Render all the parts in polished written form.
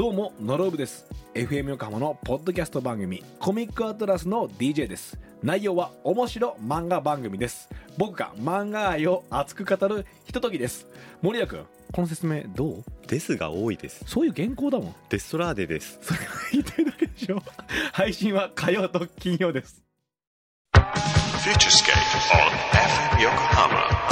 どうもノロブです。 FM 横浜のポッドキャスト番組コミックアトラスの DJ です。内容は面白漫画番組です。僕が漫画愛を熱く語るひとときです。森谷君、この説明どう？ ですが多いです。 そういう原稿だもん。 デストラーデです。 それが言いたいだけでしょ。配信は火曜と金曜です。 Futurescape on FM Yokohama。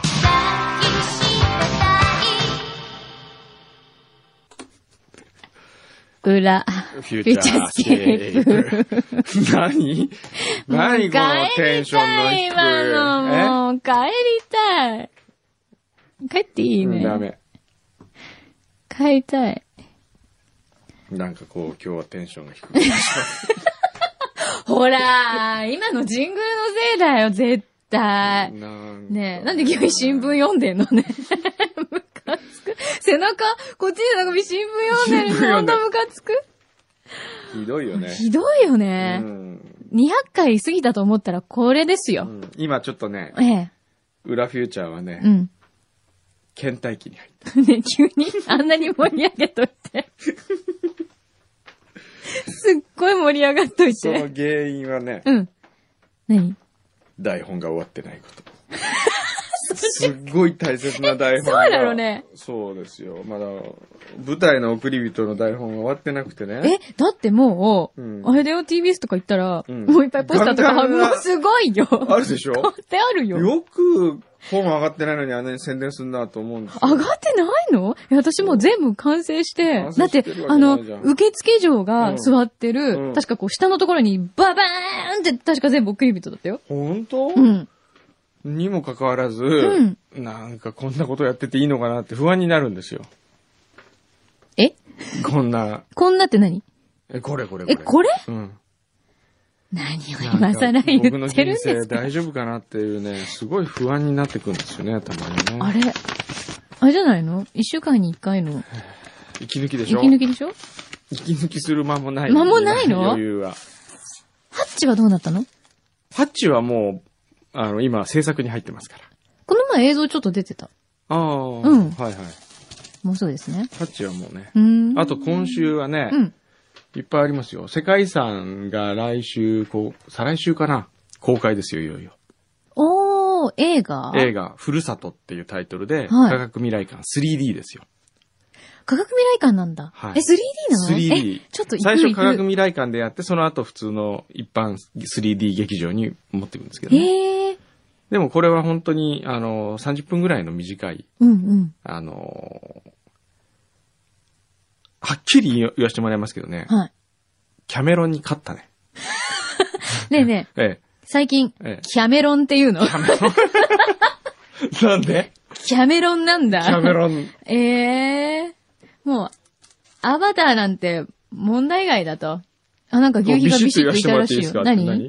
裏フューチャースケープ。何このテンションの低い。 今のもう帰りたい。帰っていいね。 ダメ。 帰りたい。 なんかこう今日はテンションが低い。 ほら今の神宮のせいだよ絶対。ねえ、なんで急に新聞読んでんのね。ムカつく。背中、こっちでなんか新聞読んでるの。ほんとムカつく。 ひどいよね。 ひどいよね。200回過ぎたと思ったらこれですよ。 今ちょっとね、裏フューチャーはね、倦怠期に入った。 ね、急にあんなに盛り上げといて。すっごい盛り上がっといて。 その原因はね、 何？ 台本が終わってないこと。すっごい大切な台本が。 そうだろうね。 そうですよ。まだ、舞台の送り人の台本が終わってなくてね。 だってもう、あれだよ、TBS とか行ったら、もういっぱいポスターとか、もうすごいよ。 あるでしょ？ ってあるよ。 よく、本上がってないのにあんなに宣伝するなと思うんですよ。 上がってないの？私もう全部完成して、だって、受付嬢が座ってる、確かこう下のところにババーンって確か全部送り人だったよ。 ほんと？にもかかわらず、なんかこんなことやってていいのかなって不安になるんですよ。こんなって何？ これ。 これ？何を今更言ってるんですか？ 僕の人生大丈夫かなっていうね、すごい不安になってくるんですよね、たまにね。 あれじゃないの？ 1 週間に1回の。 息抜きでしょ？ 息抜きでしょ？ 息抜きする間もない。 間もないの？ 余裕は。 ハッチはどうなったの？ ハッチはもう、今制作に入ってますから。 この前映像ちょっと出てた。 はいはい。 もうそうですね。 ハッチはもうね。あと今週はね、いっぱいありますよ。世界遺産が来週、再来週かな、公開ですよ、いよいよ。 映画、 ふるさとっていうタイトルで、科学未来館 3D ですよ。 科学未来館なんだ。 はい、 3D なの？ 3D。 ちょっと最初科学未来館でやって、その後普通の一般 3D 劇場に持っていくんですけどね。でもこれは本当に、30分ぐらいの短い、はっきり言わせてもらいますけどね。キャメロンに勝ったね。 ねえ。最近、キャメロンっていうの？キャメロンなんで？ キャメロンなんだ。 キャメロン。 もう、アバターなんて問題外だと。なんか牛皮がビシッといたらしいよ。何？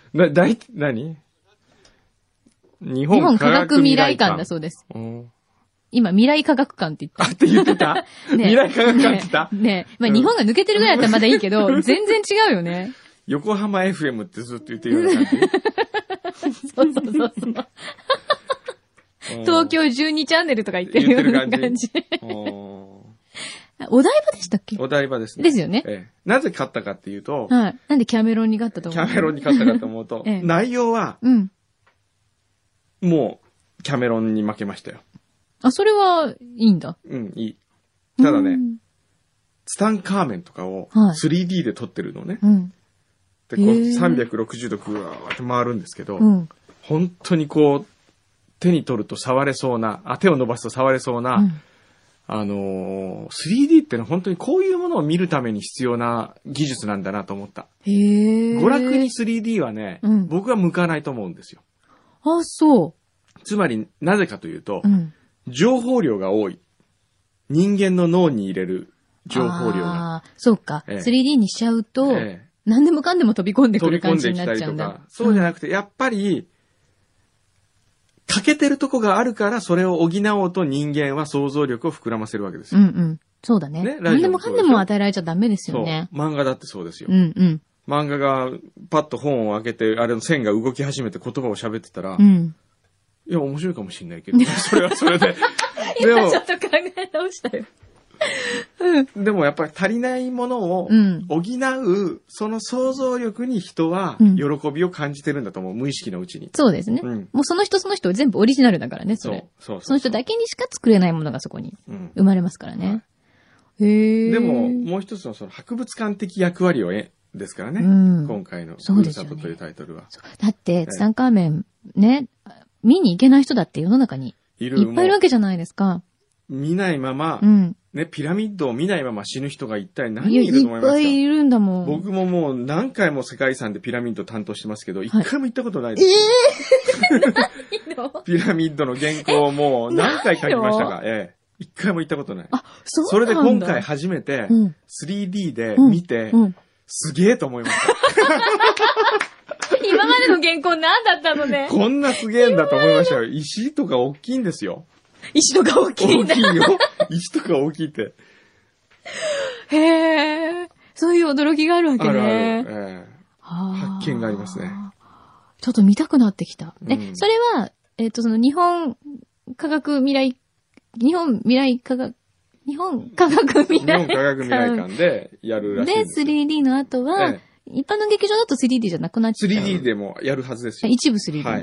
日本科学未来館だそうです。今、未来科学館って言った。 って言ってた？未来科学館って言った？ ねえ。まあ、日本が抜けてるぐらいだったらまだいいけど、全然違うよね。 横浜 FM ってずっと言ってるような感じ。 そう。東京12チャンネルとか言ってるような感じ。お台場でしたっけ？ お台場ですね。 ですよね。 なぜ勝ったかっていうと、 なんでキャメロンに勝ったと思う？ キャメロンに勝ったかと思うと、内容は、もう、キャメロンに負けましたよ。 それはいいんだ。 いい。ただね、ツタンカーメンとかを 3D で撮ってるのね。で、こう360度ぐわーって回るんですけど、本当にこう、手に取ると触れそうな、手を伸ばすと触れそうな、3D ってのは本当にこういうものを見るために必要な技術なんだなと思った。娯楽に 3D はね、僕は向かないと思うんですよ。 そう。 つまり、なぜかというと、情報量が多い。人間の脳に入れる情報量が。 そうか。3D にしちゃうと、何でもかんでも飛び込んでくる感じになっちゃうんだ。 そうじゃなくて、やっぱり、欠けてるとこがあるから、それを補おうと人間は想像力を膨らませるわけですよ。 そうだね。何でもかんでも与えられちゃダメですよね。 漫画だってそうですよ。漫画がパッと本を開けて、あれの線が動き始めて言葉を喋ってたら、いや、面白いかもしれないけど、それはそれで。 今ちょっと考え直したよ。 でもやっぱり足りないものを補う、その想像力に人は喜びを感じてるんだと思う。無意識のうちに。 そうですね。もうその人全部オリジナルだからね、それ。その人だけにしか作れないものがそこに生まれますからね。 でも、もう一つのその博物館的役割をですからね。今回のふるさとというタイトルは。 だって、ツタンカーメンね、見に行けない人だって世の中にいっぱいいるわけじゃないですか。 見ないまま、ね、ピラミッドを見ないまま死ぬ人が一体何人いると思いますか？ いっぱいいるんだもん。 僕ももう何回も世界遺産でピラミッド担当してますけど、一回も行ったことないです。ピラミッドの原稿をもう何回書きましたか？一回も行ったことない。それで今回初めて 3D で見て、すげえと思いました。 今までの原稿何だったのね。 こんなすげえんだと思いましたよ。石とか大きいんですよ。 石とか大きいんだ。 大きいよ。石とか大きいって。 へえ。そういう驚きがあるわけね。 発見がありますね。 ちょっと見たくなってきた。それは、その日本科学未来館でやるらしいんですよ。 で、3D の後は、一般の劇場だと 3D じゃなくなっちゃう。 3D でもやるはずですよ。 一部 3D。はい。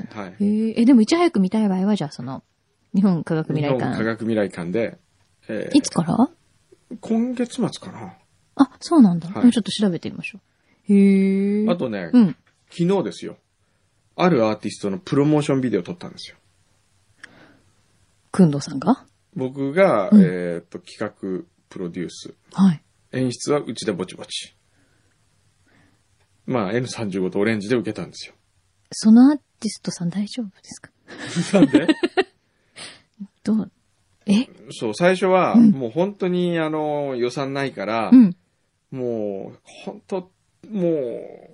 でもいち早く見たい場合は、じゃあその、日本科学未来館。 日本科学未来館で。 いつから？ 今月末かな。 あ、そうなんだ。ちょっと調べてみましょう。へえ。 あとね、昨日ですよ。あるアーティストのプロモーションビデオを撮ったんですよ。 くんどうさんが？ 僕が、企画、プロデュース。 はい。 演出は内田ぼちぼち。まあ、N35 とオレンジで受けたんですよ。 そのアーティストさん大丈夫ですか？ なんでそう、最初は、もう本当に予算ないから、もう、本当、もう、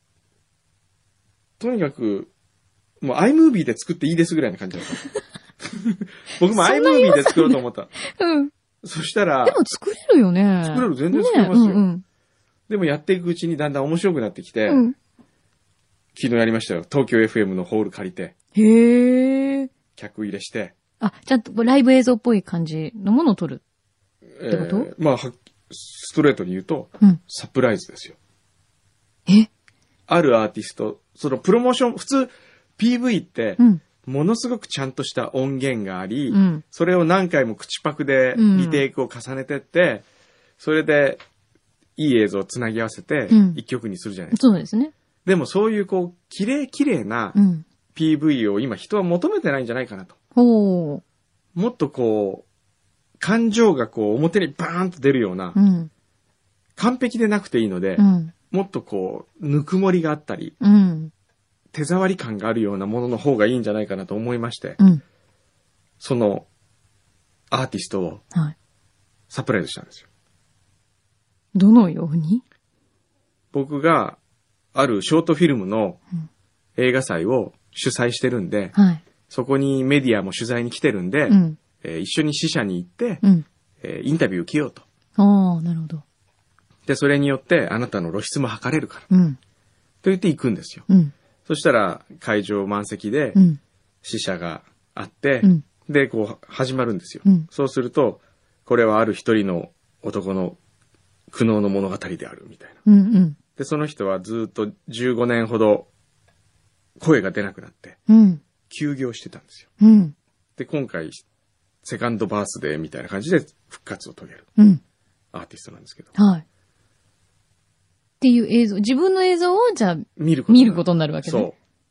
とにかく、もう iMovie で作っていいですぐらいな感じだった。僕も iMovie で作ろうと思った。そしたら。 でも作れるよね。 作れる、全然作れますよ。でもやっていくうちにだんだん面白くなってきて、昨日やりましたよ。東京 FM のホール借りて。 へー。 客入れして。 ちゃんとライブ映像っぽい感じのものを撮るってこと？ まあ、ストレートに言うと、サプライズですよ。あるアーティスト、そのプロモーション、普通 PV って、ものすごくちゃんとした音源があり、それを何回も口パクでリテイクを重ねてって、それでいい映像をつなぎ合わせて一曲にするじゃないですか。 そうですね。 でもそういうこう、綺麗な PV を今人は求めてないんじゃないかなと。もっとこう、感情がこう表にバーンと出るような、完璧でなくていいので、もっとこう、ぬくもりがあったり、手触り感があるようなものの方がいいんじゃないかなと思いまして、そのアーティストをサプライズしたんですよ。 どのように？ 僕があるショートフィルムの映画祭を主催してるんで、そこにメディアも取材に来てるんで、一緒に支社に行って、インタビュー受けようと。 なるほど。 で、それによってあなたの露出も測れるから。と言って行くんですよ。そしたら会場満席で、支社があって、で、こう始まるんですよ。そうすると、これはある一人の男の苦悩の物語であるみたいな。で、その人はずっと15年ほど声が出なくなって、休業してたんですよ。で、今回、セカンドバースデーみたいな感じで復活を遂げる。アーティストなんですけど。っていう映像、自分の映像をじゃあ見ることになるわけね。そう。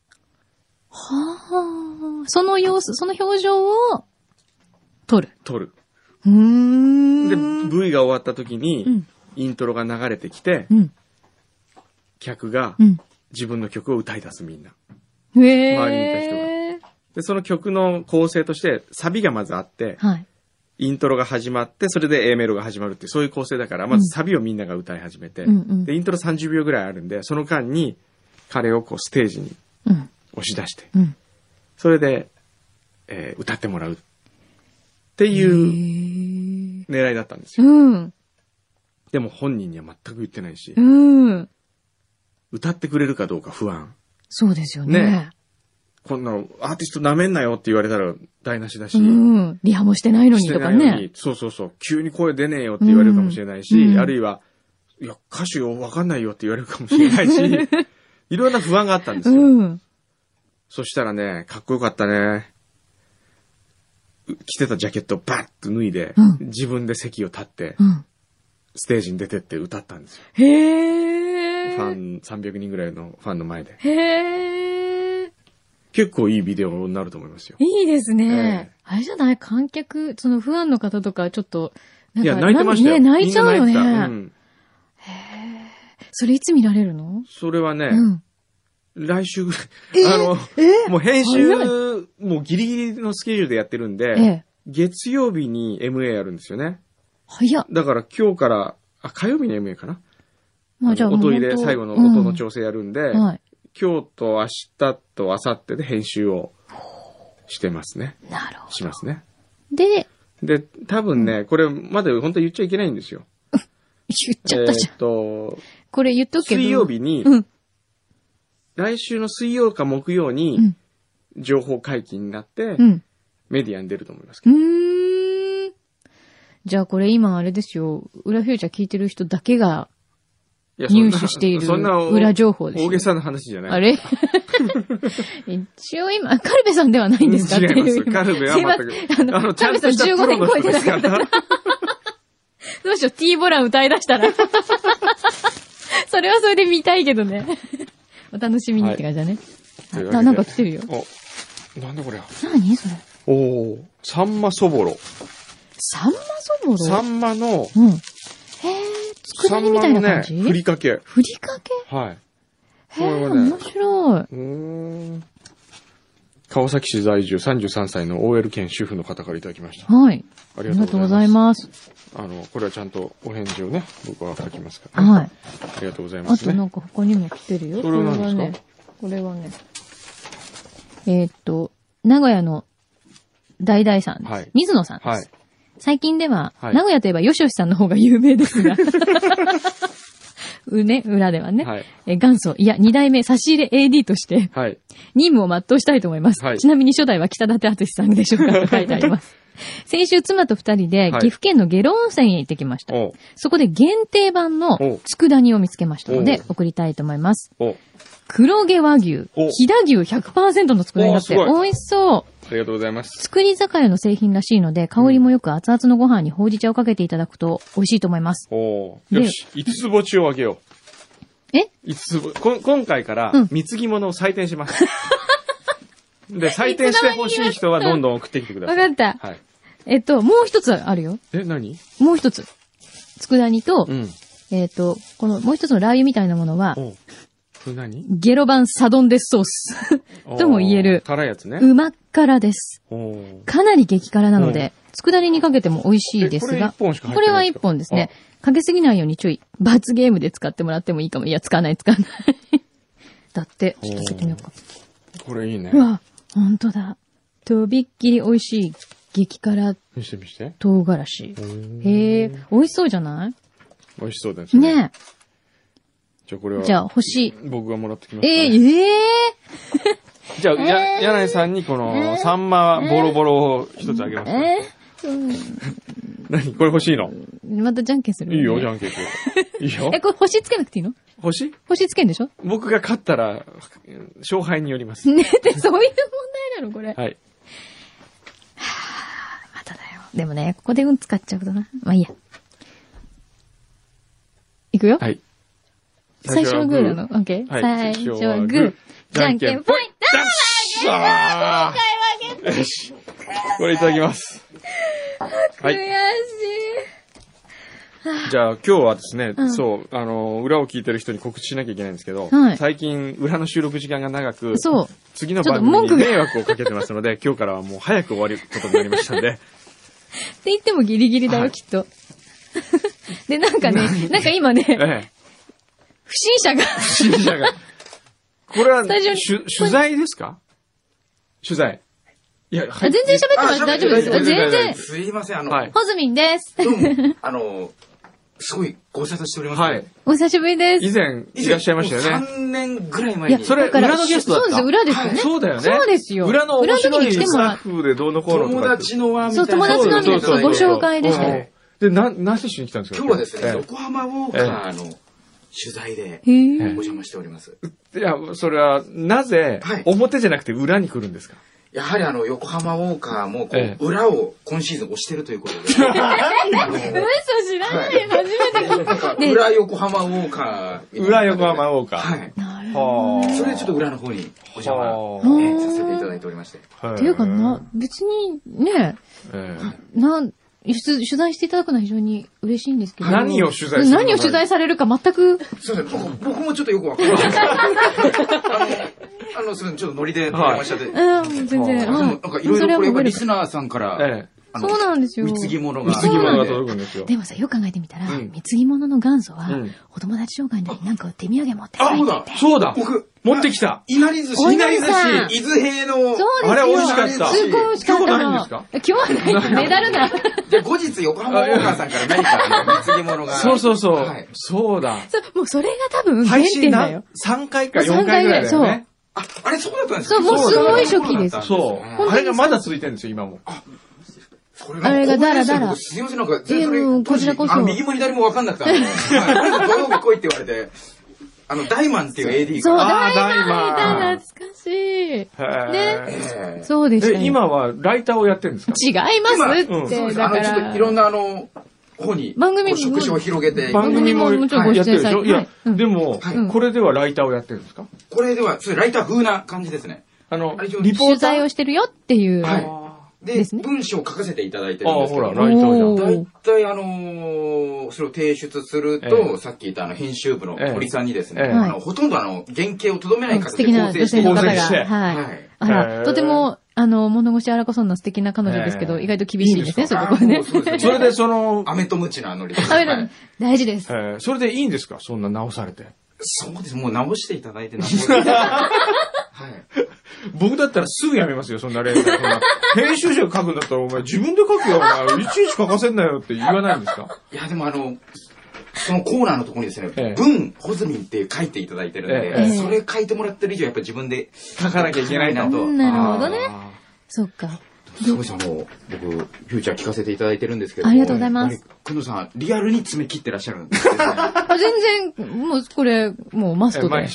その様子、その表情を撮る。で、V が終わった時に、イントロが流れてきて、客が自分の曲を歌い出すみんな。周りにいた人が。で、その曲の構成として、サビがまずあって、イントロが始まって、それで A メロが始まるっていう、そういう構成だから、まずサビをみんなが歌い始めて、で、イントロ30秒ぐらいあるんで、その間に彼をこうステージに押し出して、それで、歌ってもらうっていう狙いだったんですよ。でも本人には全く言ってないし、歌ってくれるかどうか不安。 そうですよね。 こんなのアーティスト舐めんなよって言われたら台無しだし。 リハもしてないのにとかね。 そうそうそう。急に声出ねえよって言われるかもしれないし、あるいは、いや、歌手わかんないよって言われるかもしれないし、いろんな不安があったんですよ。そしたらね、かっこよかったね。着てたジャケットをバッと脱いで、自分で席を立って、ステージに出てって歌ったんですよ。 へー。 ファン、300人ぐらいのファンの前で。 へー。 結構いいビデオになると思いますよ。 いいですね。あれじゃない観客、そのファンの方とかちょっと、 いや、泣いてましたよ。 ね、泣いちゃうよね。 へー。それいつ見られるの？ それはね、来週ぐらい。もう編集、もうギリギリのスケジュールでやってるんで、月曜日に MA やるんですよね。 早っ。 だから今日から、火曜日に MA かな。 じゃあ音入れ、最後の音の調整やるんで、今日と明日と明後日で編集をしてますね。 なるほど。 しますね。 で、 多分ね、これまだ本当は言っちゃいけないんですよ。 言っちゃったじゃん。 これ言っとくけど。 水曜日に、来週の水曜か木曜に、情報解禁になって、メディアに出ると思いますけど。 じゃあこれ今あれですよ、裏フューチャー聞いてる人だけが入手している裏情報ですよ。 大げさな話じゃない。 あれ一応今、カルベさんではないんですかっていう。 違います。カルベは全く。 カルベさん15年超えてなかった。どうしよう、T ボラン歌い出したら。それはそれで見たいけどね。お楽しみにって感じだね。なんか来てるよ。 なんだこれ。 何それ。 サンマそぼろ。 サンマそぼろ？ サンマの、へぇ、 佃煮みたいな感じ？ ふりかけ。 ふりかけ？ はい。 へぇ、面白い。 川崎市在住33歳の OL 兼主婦の方からいただきました。 はい。ありがとうございます。 これはちゃんとお返事をね、僕は書きますからね。はい。ありがとうございます、ね。 あとなんか他にも来てるよ。 それは何ですか？ これはね、名古屋の大々さんです。はい。水野さんです。はい。最近では、名古屋といえばよしよしさんの方が有名ですが。裏ではね。はい。元祖、いや、2代目差し入れ AD として、はい。任務を全うしたいと思います。はい。ちなみに初代は北舘敦さんでしょうかと書いてあります。先週妻と2人で岐阜県の下呂温泉へ行ってきました。そこで限定版の佃煮を見つけましたので送りたいと思います。黒毛和牛、飛騨牛 100% の佃煮だって美味しそう。 ありがとうございます。 作り酒屋の製品らしいので、香りもよく熱々のご飯にほうじ茶をかけていただくと美味しいと思います。 よし、5つ星をあげよう。5つ星。今回から貢ぎ物を採点します。で、採点してほしい人はどんどん送ってきてください。 わかった。はい。もう一つあるよ。 何？ もう一つ。佃煮と、このもう一つのラー油みたいなものは、 これ何？ ゲロ版サドンデスソースとも言える。 辛いやつね。 うまっ辛です。かなり激辛なので、佃煮にかけても美味しいですが、これは1本ですね。かけすぎないように注意。罰ゲームで使ってもらってもいいかも。いや、使わない。だって、ちょっと開けてみようか。 これいいね。 うわ、ほんとだ。とびっきり美味しい激辛唐辛子。へえ、美味しそうじゃない？ 美味しそうですね。 ねえ。じゃあ、星。 僕がもらってきますね。じゃあ、柳井さんにこの、サンマボロボロを一つあげます。何これ欲しいの？ またじゃんけんする？ いいよ、じゃんけんする。いいよ。 これ星つけなくていいの？星つけんでしょ？ 僕が勝ったら、勝敗によります。 ねって、そういう問題なのこれ。 はい。 まただよ。でもね、ここで運使っちゃうとな。まあいいや。いくよ。 はい。 最初はグーなの？オッケー。最初はグー。じゃんけんぽい。 よし。これいただきます。 悔しい。 じゃあ今日はですね、そう、裏を聞いてる人に告知しなきゃいけないんですけど、最近裏の収録時間が長く、次の番組に迷惑をかけてますので、今日からはもう早く終わることになりましたので。って言ってもギリギリだよ、きっと。で、なんか今ね、不審者が。 これは、取材ですか？取材。いや、 全然喋ってます。大丈夫です。全然。 すいません、 ホズミンです。 どうも、 すごいご無沙汰しております。 はい。 お久しぶりです。 以前いらっしゃいましたよね。 3年ぐらい前に。 それ、裏のゲストだった。 そうですよ、裏ですよね。 そうだよね。 そうですよ。 裏の面白いスタッフでどうのこうの。 友達の輪みたいな。 そう、友達なんですよ。ご紹介でしたよ。 で、何しに来たんですか？ 今日はですね、横浜ウォーカーの取材でお邪魔しております。 いや、それは、なぜ、表じゃなくて裏に来るんですか？ やはり横浜ウォーカーも裏を今シーズン押してるということで。嘘知らないよ、初めて聞いた。 裏横浜ウォーカー。 裏横浜ウォーカー。 はい。 なるほど。 それでちょっと裏の方にお邪魔させていただいておりまして。 っていうか別にね、取材していただくのは非常に嬉しいんですけど。 何を取材するの？ 何を取材されるか全く。 そうですね、僕もちょっとよくわかんない。すみません、ちょっとノリで電話しちゃって。 全然。 なんかいろいろこれやっぱりリスナーさんから、 そうなんですよ。 貢ぎ物が届くんですよ。 でもさ、よく考えてみたら、貢ぎ物の元祖は、お友達紹介でなんか手土産持って帰ってて。 そうだ僕、持ってきた。 いなり寿司。 いなり寿司。 伊豆平の。 あれ美味しかった。 すごい美味しかった。 今日ないんですか？ 今日はない。メダルだ。 じゃあ後日横浜ウォーカーさんから何か貢ぎ物が。 そう。そうだ。 もうそれが多分原点だよ。 3回か4回ぐらいだよね。 あれそうだったんですか？ そう、もうすごい初期です。 そう。あれがまだ続いてるんですよ、今も。 あれがダラダラ。 すいません、なんか、 こちらこそ。 右も左も分かんなくて、土曜日来いって言われて、ダイマンっていう AD が。 そう、ダイマン。懐かしい。ね。そうでした。 今はライターをやってるんですか？ 違いますって、だから。 ちょっといろんな方に、 番組も職種を広げて。 番組ももちろんご出演されて。 いや、でも、これではライターをやってるんですか？ これでは、ライター風な感じですね。 取材をしてるよっていう。 で、文章を書かせていただいてるんですけど、 ほら、ライターじゃん。 だいたいそれを提出すると、さっき言った編集部の堀さんにですね、ほとんど原型をとどめない形で構成して構成して。はい。とても、物腰荒こそんな素敵な彼女ですけど、意外と厳しいですね、そういうところね。 それで飴とムチのノリ。 大事です。 それでいいんですか？そんな直されて。 そうです。もう直していただいてはい。僕だったらすぐやめますよ、そんな連載。編集者が書くんだったら、お前自分で書くよ、お前。いちいち書かせんなよって言わないんですか？ いや、でもそのコーナーのところにですね、文、ホズミンって書いていただいてるんで、それ書いてもらってる以上、やっぱり自分で書かなきゃいけないなと。 なるほどね。そっか。 すごいさ、僕、フューチャー聞かせていただいてるんですけど。 ありがとうございます。 くんどさん、リアルに詰め切ってらっしゃるんですね。 全然、もう、これ、もうマストで。だって、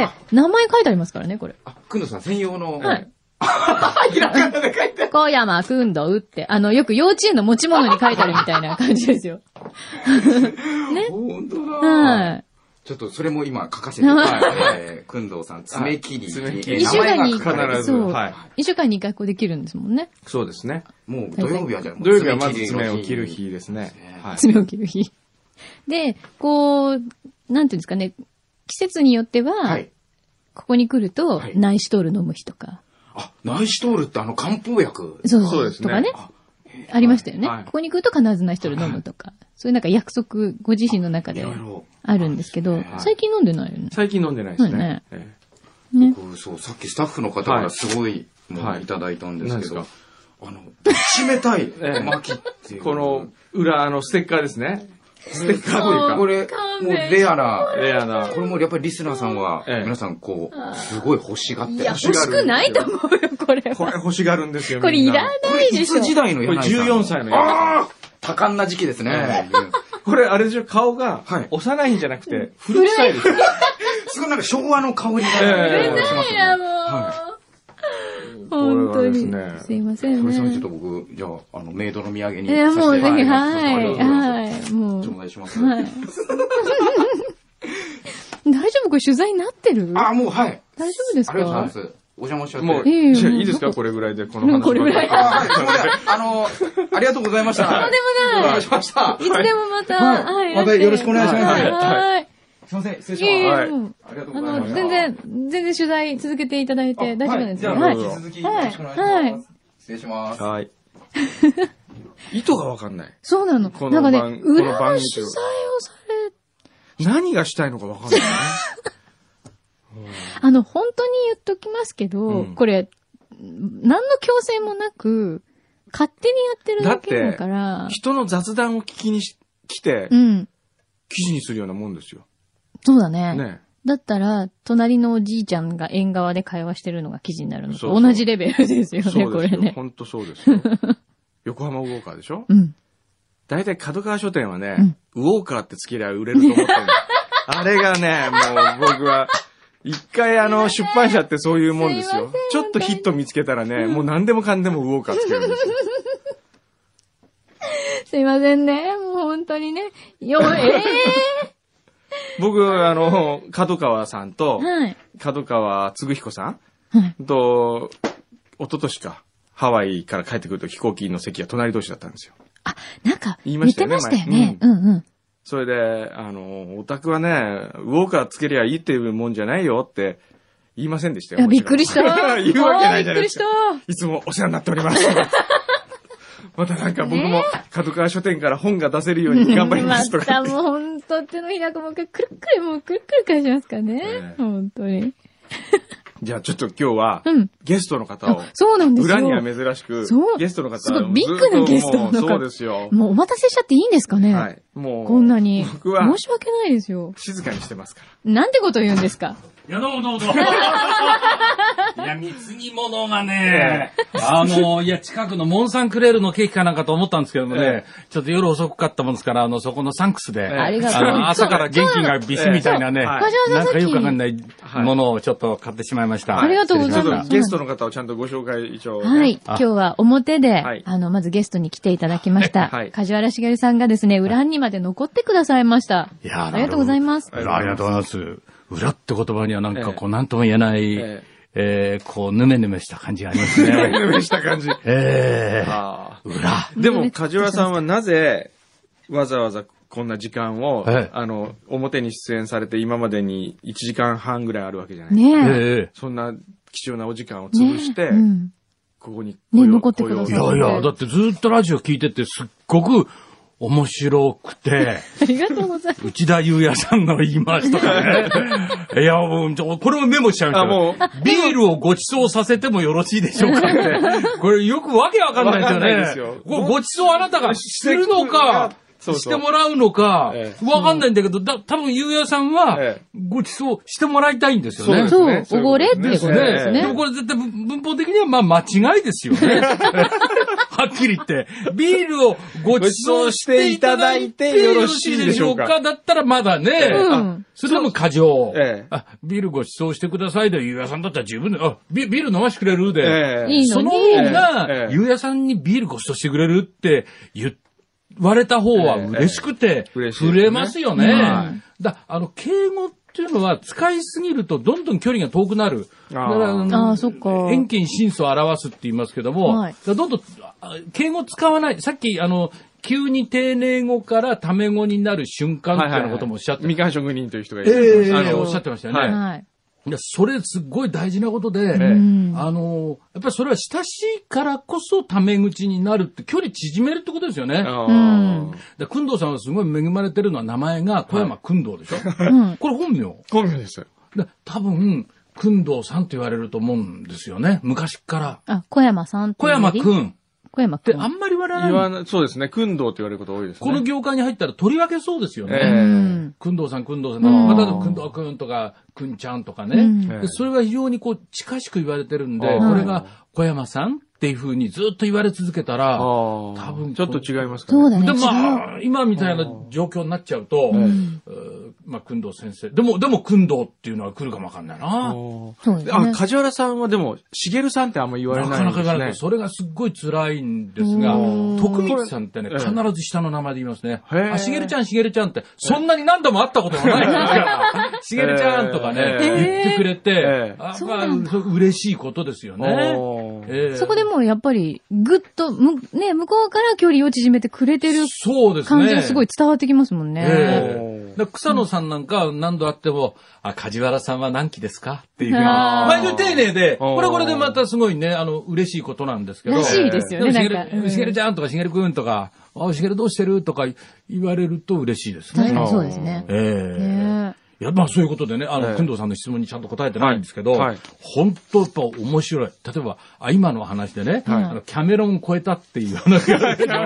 名前書いてありますからね、これ。 くんどさん専用の。 はい。 ひらがなで書いて。 小山くんどうって、よく幼稚園の持ち物に書いてあるみたいな感じですよ。ね。 本当だ。 はい。 ちょっとそれも今書かせて、くんどうさん、爪切り。 一週間に一回、そう。一週間に一回こうできるんですもんね。 そうですね。 もう土曜日はじゃあ、 土曜日はまず爪を切る日ですね。 爪を切る日。で、こう、なんていうんですかね、季節によっては、ここに来ると、ナイシトール飲む日とか。 ナイシトールって漢方薬？ そうですね。とかね。ありましたよね。ここに来ると必ずナイシトール飲むとか。そういうなんか約束、ご自身の中であるんですけど、最近飲んでないよね。 最近飲んでないですね。 僕、そう、さっきスタッフの方からすごいものいただいたんですけど、締めたい巻きっていう。 この裏、ステッカーですね。ステッカーというか。 これ、もうレアな。これもやっぱりリスナーさんは、皆さんこう、すごい欲しがって。 いや、欲しくないと思うよ、これ。 これ欲しがるんですよ。 これいらないでしょ。 いつ時代のこれ14歳のやつ。 多感な時期ですね。 これ、あれでしょ、顔が、幼いんじゃなくて、古臭いですよ。 すごいなんか昭和の香りがしますね。 もう。本当に。すいませんね。 これさんちょっと僕、じゃあ、メイドの土産に。 いや、もうぜひ、はい。もう。 お願いします。 はい。大丈夫？これ取材になってる？ もう、はい。 大丈夫ですか？ ありがとうございます。お邪魔しちゃって。 もう、じゃあいいですか？これぐらいで、この話。 これぐらい。 ありがとうございました。 とんでもない。 お願いしました。 いつでもまた、 はい。またよろしくお願いします。 はい。 すいません、失礼します。 ありがとうございます。全然取材続けていただいて大丈夫なんですね。 はい。引き続きよろしくお願いします。失礼します。 はい。意図がわかんない。 そうなの。なんかね、裏の取材をされ、 何がしたいのかわかんないね。 本当に言っときますけど、これ、何の強制もなく、勝手にやってるだけだから。 人の雑談を聞きに来て、 記事にするようなもんですよ。 そうだね。 ね。 だったら、隣のおじいちゃんが縁側で会話してるのが記事になるのと同じレベルですよね、これね。 本当そうですよ。横浜ウォーカーでしょ？ うん。 大体角川書店はね、ウォーカーってつけりゃ売れると思ってる。あれがね、もう僕は、一回出版社ってそういうもんですよ。ちょっとヒット見つけたらね、もう何でもかんでもウォーカーつけるんですよ。 すいませんね、もう本当にね。 僕、角川さんと、角川嗣彦さん、と、一昨年か、ハワイから帰ってくると飛行機の席が隣同士だったんですよ。 あ、なんか、言ってましたよね。うんうん。 それで、オタクはね、ウォーカーつけりゃいいっていうもんじゃないよって言いませんでしたよ。 いや、びっくりした。 言うわけないじゃないですか。 びっくりした。 いつもお世話になっております。またなんか僕も角川書店から本が出せるように頑張りますとか。 またもう本当手のひらくもくるくる返しますからね。本当に。 じゃあちょっと今日は、ゲストの方を。 そうなんですよ。 裏には珍しく、ゲストの方を。 すごいビッグなゲストの方。 そうですよ。 もうお待たせしちゃっていいんですかね？はい。もう。こんなに。僕は。申し訳ないですよ。 静かにしてますから。 なんてこと言うんですか？ いや、どうも。いや、貢ぎ物がね、いや、近くのモンサンクレールのケーキかなんかと思ったんですけどもね、ちょっと夜遅かったもんですから、そこのサンクスで、朝から元気がビシみたいなね、なんかよくわかんないものをちょっと買ってしまいました。 ありがとうございます。 ゲストの方をちゃんとご紹介一応。 はい。今日は表で、まずゲストに来ていただきました。梶原茂さんがですね、裏にまで残ってくださいました。いや、ありがとうございます。 ありがとうございます。裏って言葉にはなんかこう何とも言えない、こうヌメヌメした感じがありますね。 ヌメヌメした感じ。 裏。 でも梶原さんはなぜわざわざこんな時間を、表に出演されて今までに1時間半ぐらいあるわけじゃないですか。そんな貴重なお時間を潰して、ここに残ってください。 いやいや、だってずっとラジオ聞いててすっごく面白くて。 ありがとうございます。 内田裕也さんの言い回しとかね。いや、もう、これをメモしちゃいました。ビールをご馳走させてもよろしいでしょうかって。これよくわけわかんないですよね。ご馳走あなたがするのか、してもらうのか、わかんないんだけど、多分裕也さんは、ご馳走してもらいたいんですよね。 そう、おごれってことですね。 でもこれ絶対文法的には間違いですよね。はっきり言って。ビールをご馳走していただいてよろしいでしょうか。だったらまだね、それでも過剰。ビールご馳走してくださいで、裕也さんだったら十分で、ビール飲ましてくれるで、その方が、裕也さんにビールご馳走してくれるって言われた方は嬉しくて、触れますよね。敬語っていうのは使いすぎるとどんどん距離が遠くなる。だからそっか。 遠近親相を表すって言いますけども、どんどん敬語使わない。さっき急に丁寧語からタメ語になる瞬間っていうようなこともおっしゃって。 みかん職人という人がいる。 おっしゃってましたよね。いや、それすっごい大事なことで、やっぱりそれは親しいからこそタメ口になるって距離縮めるってことですよね。で、工藤さんはすごい恵まれてるのは名前が小山工藤でしょ。これ本名？ 本名ですよ。 多分、工藤さんって言われると思うんですよね。昔から。 小山さんって小山くん。 小山くん。 ってあんまり言われない。 そうですね。工藤って言われること多いですね。 この業界に入ったらとりわけそうですよね。工藤さん。また工藤くんとか、くんちゃんとかね。それが非常にこう近しく言われてるんで、これが小山さんっていう風にずっと言われ続けたら、多分ちょっと違いますかね。 そうだね。 でも今みたいな状況になっちゃうと、工藤先生。でも工藤っていうのは来るかもわかんないな。 そうですね。 梶原さんはでも、茂さんってあんま言われないんですね。 なかなか言われない。それがすっごい辛いんですが、徳光さんってね、必ず下の名前で言いますね。茂ちゃんって、そんなに何度も会ったことがないんですから、茂ちゃんとかね、言ってくれて、嬉しいことですよね。 そこでもうやっぱり、ぐっと、向こうから距離を縮めてくれてる感じがすごい伝わってきますもんね。 草野さんなんか何度あっても、梶原さんは何期ですかっていう。毎度丁寧で、これでまたすごいね、嬉しいことなんですけど。 らしいですよね、 茂ちゃんとか茂くんとか、茂どうしてるとか言われると嬉しいですね。 そうですね。 いいや、まあそういうことでね、工藤さんの質問にちゃんと答えてないんですけど、本当やっぱ面白い。例えば、今の話でね、キャメロン超えたっていう話が、キ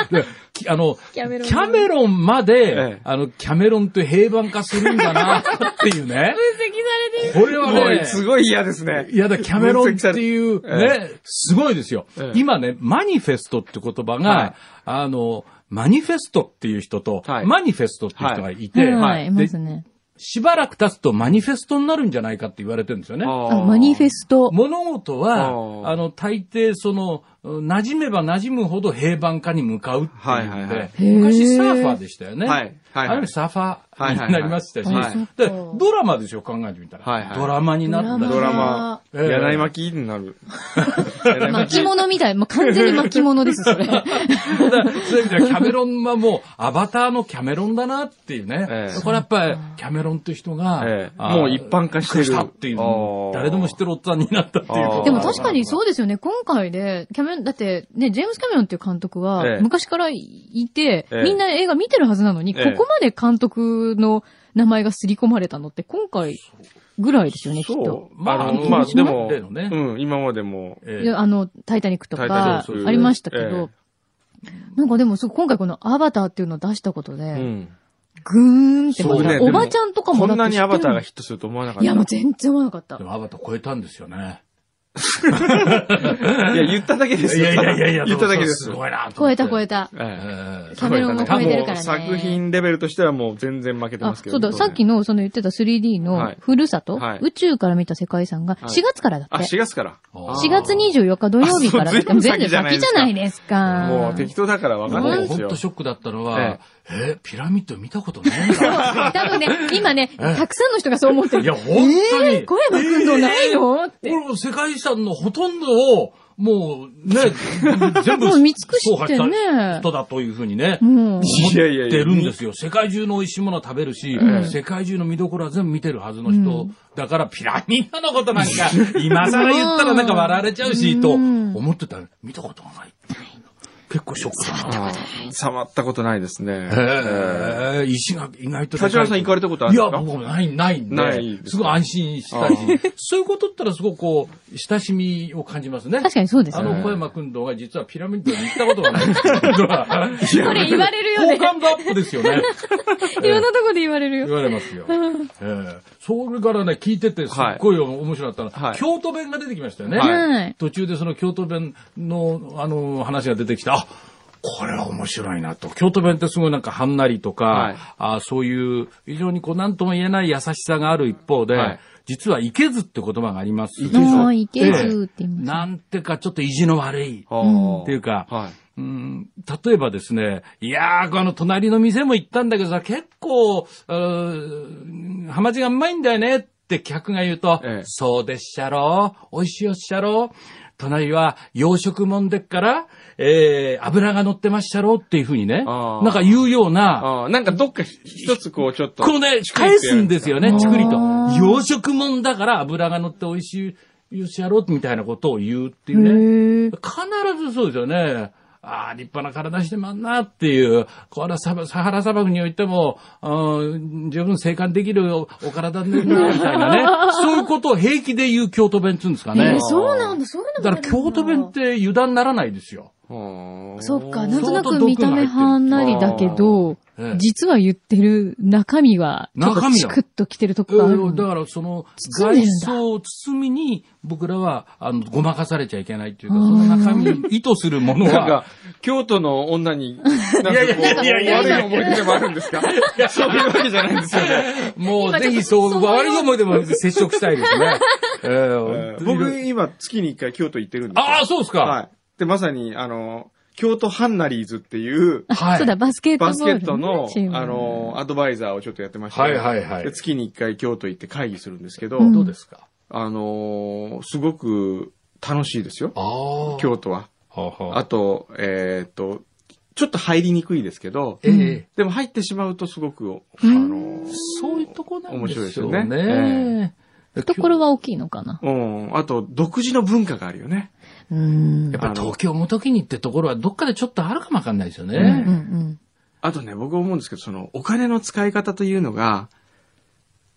ャメロンまで、キャメロンって平板化するんだなっていうね。 分析されてる。 これはね、 すごい嫌ですね。 いやだ、キャメロンっていうね、すごいですよ。今ね、マニフェストって言葉が、マニフェストっていう人と、マニフェストっていう人がいて、 いますね。 しばらく経つとマニフェストになるんじゃないかって言われてるんですよね。 マニフェスト。 物事は、大抵馴染めば馴染むほど平板化に向かうっていうので、昔サーファーでしたよね。ある意味サーファーになりましたし、で、ドラマですよ、考えてみたら。ドラマになった。 ドラマ、柳巻きになる。 巻物みたい。完全に巻物です、それ。 そういう意味ではキャメロンはもうアバターのキャメロンだなっていうね。これやっぱりキャメロンっていう人が、 もう一般化してる。 っていう。誰でも知ってるおっさんになったっていう。 でも確かにそうですよね。今回で、だってね、ジェームス・キャメロンっていう監督は、昔からいて、みんな映画見てるはずなのに、ここまで監督の名前が刷り込まれたのって今回ぐらいですよね、きっと。 まあでも、今までも。 タイタニックとか、ありましたけど、なんかでも今回このアバターっていうのを出したことで、ぐーんってまた、おばちゃんとかもこんなにアバターがヒットすると思わなかった。 いや、もう全然思わなかった。 でもアバター超えたんですよね。 いや、言っただけですよ。 いや、 言っただけです。 すごいな超えた。キャメロンも超えてるからね。 作品レベルとしてはもう全然負けてますけど。 そうだ、さっきの言ってた 3D のふるさと、宇宙から見た世界遺産が4月からだって。 4月から。 4月24日土曜日からだって。全然先じゃないですか。 もう適当だからわかんないですよ。 ほんとショックだったのは、ピラミッド見たことないんだ。 多分ね、今ね、たくさんの人がそう思ってる。 いや、本当に。 小山君のないのって。 この世界遺産のほとんどを、もうね、全部見尽くしてね。 人だというふうにね、思ってるんですよ。世界中の美味しいものを食べるし、世界中の見どころは全部見てるはずの人。だからピラミッドのことなんか、今更言ったらなんか笑われちゃうし、と思ってたら見たことがない。結構ショックだな。 触ったことないですね。 石が意外と。 田島さん行かれたことあるんですか？ いや、僕ないんで。すごい安心したし、そういうことったらすごくこう、親しみを感じますね。 確かにそうですね。 小山君堂が実はピラミッドに行ったことがないっていうことは。 これ言われるよね。 好感度アップですよね。 いろんなとこで言われるよ。 言われますよ。それからね、聞いててすっごい面白かったの。京都弁が出てきましたよね。途中でその京都弁の話が出てきて、これは面白いなと。京都弁ってすごいなんかはんなりとか、そういう非常にこう何とも言えない優しさがある一方で、実はいけずって言葉があります。 いけずって言います。 なんてかちょっと意地の悪いっていうか、例えばですね、いやー、隣の店も行ったんだけどさ、結構、ハマチがうまいんだよねって客が言うと、そうでっしゃろ、美味しいよっしゃろ、隣は洋食もんでっから、油が乗ってまっしゃろっていうふうにね、なんか言うような、 なんかどっか一つこうちょっと。 こうね、返すんですよね、ちくりと。洋食もんだから油が乗って美味しいよっしゃろみたいなことを言うっていうね。必ずそうですよね。立派な体してまんなっていう、これはサハラ砂漠においても、十分生還できるお体でな、みたいなね。そういうことを平気で言う京都弁って言うんですかね。 そうなんだ、そういうのだから京都弁って油断ならないですよ。 そっか、なんとなく見た目はんなりだけど、実は言ってる中身は、ちょっとチクッときてるとこがある。 だからその、外装包みに僕らは、ごまかされちゃいけないっていうか、その中身、意図するものは。 なんか、京都の女に、なんかこう、悪い思い出でもあるんですか？そういうわけじゃないんですよね。 もうぜひそう、悪い思い出も接触したいですね。 僕今月に1回京都行ってるんですよ。 ああ、そうですか。 はい。で、まさに、京都ハンナリーズっていう、 そうだ、バスケットの、アドバイザーをちょっとやってまして、で月に1回京都行って会議するんですけど、 どうですか？ すごく楽しいですよ。京都は。あと、ちょっと入りにくいですけど、でも入ってしまうとすごく、 そういうとこなんですよね。 懐は大きいのかな。 あと、独自の文化があるよね。 やっぱり東京も時にってところはどっかでちょっとあるかもわかんないですよね。 あとね、僕思うんですけど、お金の使い方というのが、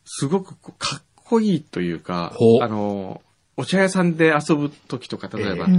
すごくかっこいいというか、お茶屋さんで遊ぶ時とか、例えば、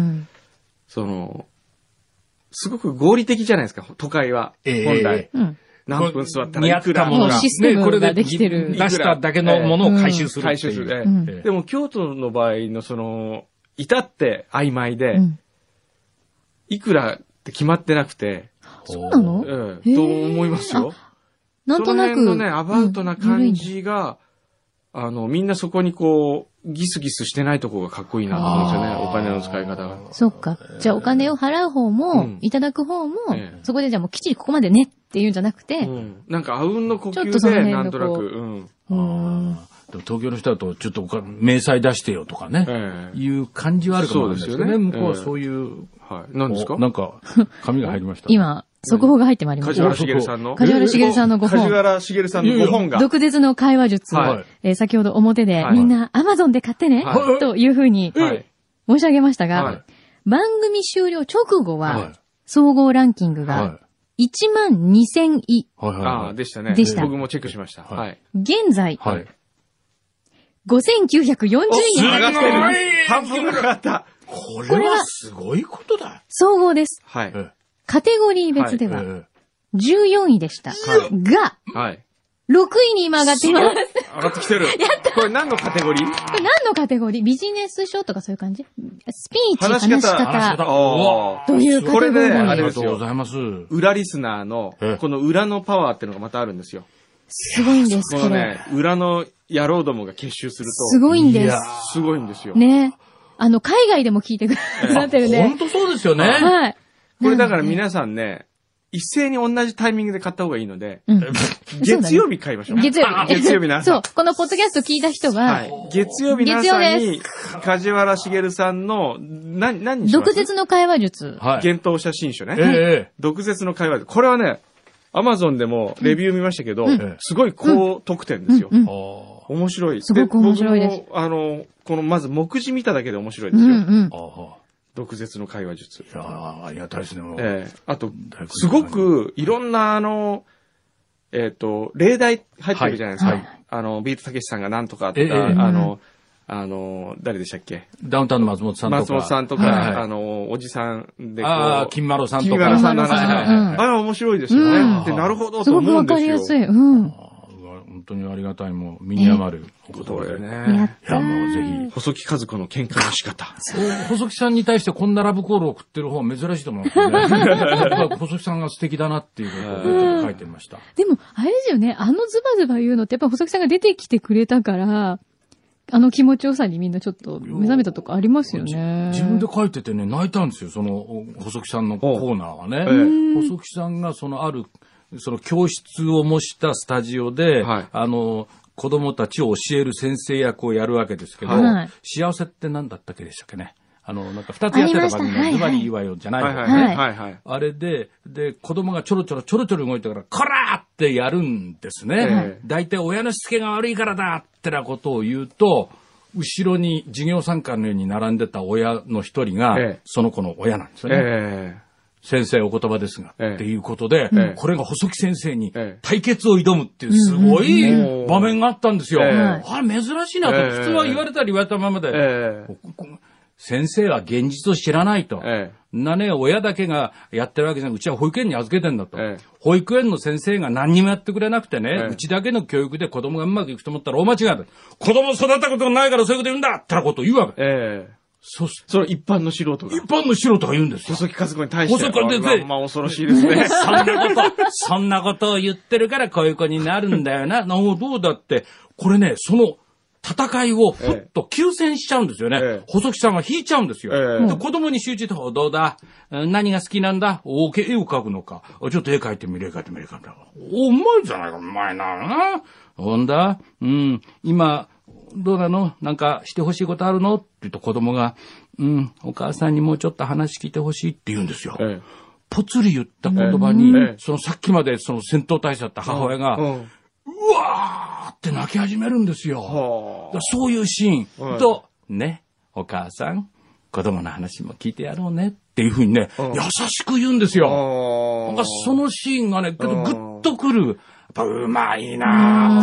すごく合理的じゃないですか、都会は。本来。何分座ったらいくらものシステムができてる。 出しただけのものを回収する。 回収する。でも京都の場合の至って曖昧で、いくらって決まってなくて。 そうなの？ と思いますよ。 なんとなく。 その辺のね、アバウトな感じが、みんなそこにギスギスしてないとこがかっこいいなと思うんですよね、お金の使い方が。 そっか。じゃあお金を払う方も、いただく方も、そこでじゃあもうきっちりここまでねっていうんじゃなくて、 なんかあうんの呼吸で、なんとなく、でも東京の人だと、ちょっと明細出してよとかね、いう感じはあるかもしれないですけどね。向こうはそういう。 はい。何ですか？ なんか、紙が入りました。 今、速報が入ってまいりました。 梶原茂さんの梶原茂さんの5本。 梶原茂さんの5本が。 毒舌の会話術。先ほど表で、みんな Amazon で買ってね、というふうに申し上げましたが、番組終了直後は、総合ランキングが、12,000位。 でしたね。でした。僕もチェックしました。 現在、5,940位に上がってる。 半分上がった。 これはすごいことだ。 総合です。 はい。 カテゴリー別では、14位でした。が、6位に今上がっています。 上がってきてる。やった。これ何のカテゴリー？これ何のカテゴリー？ビジネス書とかそういう感じ？スピーチ、話し方。というカテゴリー。 これね、 ありがとうございます。 裏リスナーの、この裏のパワーっていうのがまたあるんですよ。 すごいんです、 このね、裏の野郎どもが結集すると。 すごいんです。 すごいんですよ。 ね。海外でも聞いてくださってるね。 本当そうですよね。 はい。 これだから皆さんね、一斉に同じタイミングで買った方がいいので、月曜日買いましょう。 月曜日の朝。 そう、このポッドキャスト聞いた人は、 月曜日の朝に、梶原茂さんの、何します？ 毒舌の会話術。 幻冬写真書ね。毒舌の会話術。これはね、アマゾンでもレビュー見ましたけど、すごい高得点ですよ。面白い。 すごく面白いです。 このまず目次見ただけで面白いですよ。毒舌の会話術。 いやー、ありがたいですね。 あと、すごくいろんな例題入ってるじゃないですか。ビートたけしさんがなんとかとか、誰でしたっけ？ ダウンタウンの松本さんとか。 松本さんとか、おじさんで金丸さんとか。 金丸さんの話。あれは面白いですよね。で、なるほどと思うんですよ。 すごくわかりやすい。 本当にありがたい、もう、身に余るお言葉でね。いや、もうぜひ。 細木和子の喧嘩の仕方。 細木さんに対してこんなラブコールを送ってる方は珍しいと思うんですよね。細木さんが素敵だなっていうことを書いてみました。 でも、あれですよね、ズバズバ言うのってやっぱ細木さんが出てきてくれたから、気持ちよさにみんなちょっと目覚めたとこありますよね。 自分で書いててね、泣いたんですよ、細木さんのコーナーはね。細木さんがある、教室を模したスタジオで、子供たちを教える先生役をやるわけですけど、幸せって何だったっけでしたっけね。なんか二つやってた番組のズバリいいわよじゃないですね。あれで、子供がちょろちょろ動いてから、こらーってやるんですね。大体親のしつけが悪いからだってなことを言うと、後ろに授業参観のように並んでた親の一人が、その子の親なんですよね。先生お言葉ですが、っていうことで、これが細木先生に対決を挑むっていうすごい場面があったんですよ。あれ珍しいなと。普通は言われたり言われたままで、先生は現実を知らないと。親だけがやってるわけじゃなくて、うちは保育園に預けてんだと。保育園の先生が何にもやってくれなくてね、うちだけの教育で子供がうまくいくと思ったら大間違いだ。子供育ったことがないからそういうこと言うんだってなことを言うわけ。 その一般の素人が。 一般の素人が言うんですよ。 細木和子に対して。まあ恐ろしいですね。 そんなことを言ってるからこういう子になるんだよな。どうだって。これね、戦いをふっと休戦しちゃうんですよね。細木さんが引いちゃうんですよ。で子供に集中して、どうだ何が好きなんだ絵を描くのか。ちょっと絵描いてみる。うまいじゃないか、うまいな。ほんだ今、どうなのなんかしてほしいことあるのって言うと子供が、お母さんにもうちょっと話聞いてほしいって言うんですよ。ぽつり言った言葉に、さっきまで戦闘態勢だった母親が、うわーって泣き始めるんですよ。そういうシーンと、ね、お母さん、子供の話も聞いてやろうねっていうふうにね、優しく言うんですよ。なんかそのシーンがね、ぐっとくる。やっぱうまいなーって、正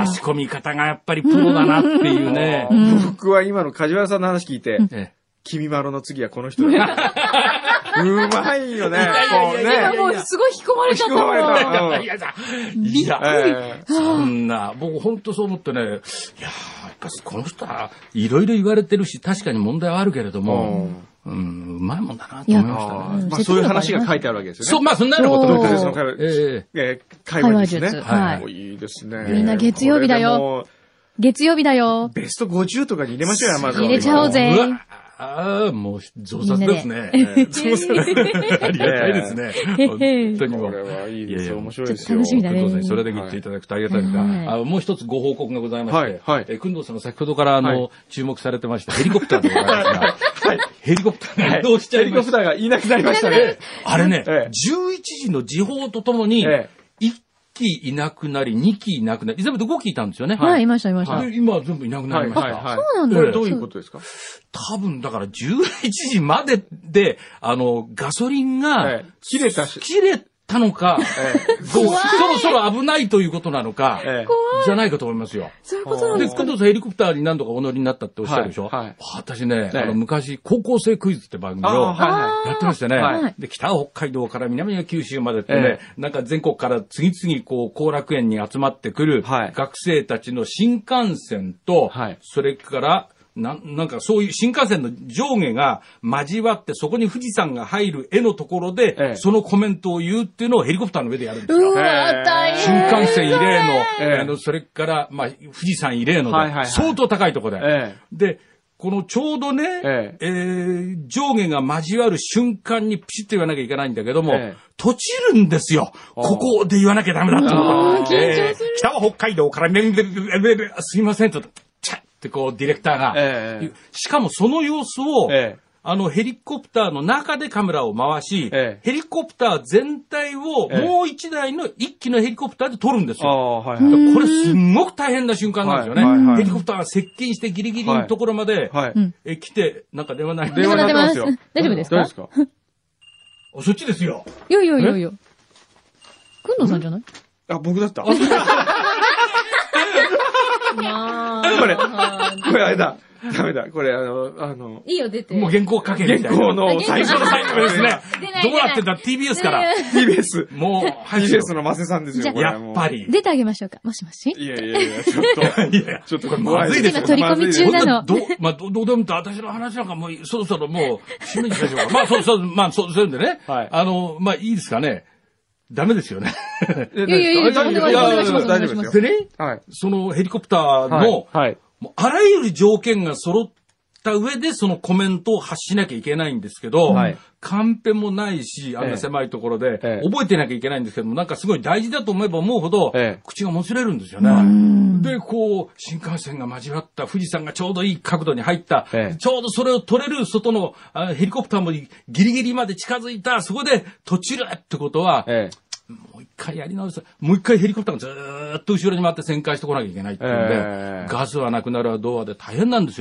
仕込み方がやっぱりプロだなっていうね。 僕は今の梶原さんの話聞いて、君まろの次はこの人だ。うまいよね。 今もうすごい引き込まれちゃったもん。 いや、そんな、僕本当そう思ってね、いや、やっぱこの人はいろいろ言われてるし、確かに問題はあるけれども、うまいもんだなと思いましたね。 そういう話が書いてあるわけですよね。 そう、まあそんなようなことですね。会話術ね。はい。いいですね。 みんな月曜日だよ。月曜日だよ。 ベスト50とかに入れましょうよ、まずは。 入れちゃおうぜ。 ああ、もう、増刷ですね。増刷。ありがたいですね。本当にもう。 これはいいですよ。面白いですよ。 楽しみだね。 それだけ言っていただくとありがたいのが、もう一つご報告がございまして、くんどうさんが先ほどから注目されてましたヘリコプターでございますが、ヘリコプターが移動しちゃいました。ヘリコプターがいなくなりましたね。 あれね、11時の時報とともに、1機いなくなり、2機いなくなり、全部で5機いたんですよね。 はい、いました、いました。 今は全部いなくなりました。 そうなんだ。 これどういうことですか？ 多分、だから11時までで、ガソリンが、切れたのか、そろそろ危ないということなのか、じゃないかと思いますよ。 そういうことなんですか？ で、くんどうさんヘリコプターに何度かお乗りになったっておっしゃるでしょ？私ね、昔、高校生クイズって番組をやってましてね、で、北は北海道から南は九州までってね、なんか全国から次々こう、後楽園に集まってくる学生たちの新幹線と、それから、なんかそういう新幹線の上下が交わってそこに富士山が入る絵のところで、そのコメントを言うっていうのをヘリコプターの上でやるんですよ。新幹線異例の、それから、まあ、富士山異例ので、相当高いところで。で、このちょうどね、上下が交わる瞬間にピシッと言わなきゃいけないんだけども、閉じるんですよ。ここで言わなきゃダメだって北は北海道からすいませんと。ってこう、ディレクターが、しかもその様子を、ヘリコプターの中でカメラを回し、ヘリコプター全体をもう一台の一機のヘリコプターで撮るんですよ。これすんごく大変な瞬間なんですよね。ヘリコプターが接近してギリギリのところまで、来て、なんか電話ない電話鳴ってますよ。大丈夫ですか？ そっちですよ。 いや。くんどうさんじゃない？ あ、僕だった。これあれだ。ダメだ。これいいよ、出て。 もう原稿書けみたいな。 原稿の最初の最後ですね。 どうなってんだ ?TBS から。 TBS。 もう、 TBS のマセさんですよ。 やっぱり。 出てあげましょうか。もしもし。 いや、ちょっとこれまずいですよ。 今取り込み中なの。 まあ、どうでも私の話なんかもう、そろそろもう、締めにしましょうか。まあ、そういうんでね。まあ、いいですかね。ダメですよね。 いや、大丈夫です。 でね、そのヘリコプターの、あらゆる条件が揃った上でそのコメントを発しなきゃいけないんですけど、カンペもないし、あんな狭いところで、覚えてなきゃいけないんですけども、なんかすごい大事だと思えば思うほど、口がもつれるんですよね。で、こう、新幹線が交わった富士山がちょうどいい角度に入った、ちょうどそれを撮れる外のヘリコプターもギリギリまで近づいた、そこで閉じるってことは、もう一回やり直す。もう一回ヘリコプターがずーっと後ろに回って旋回してこなきゃいけないっていうんで、ガスはなくなるわ、ドアで大変なんですよ。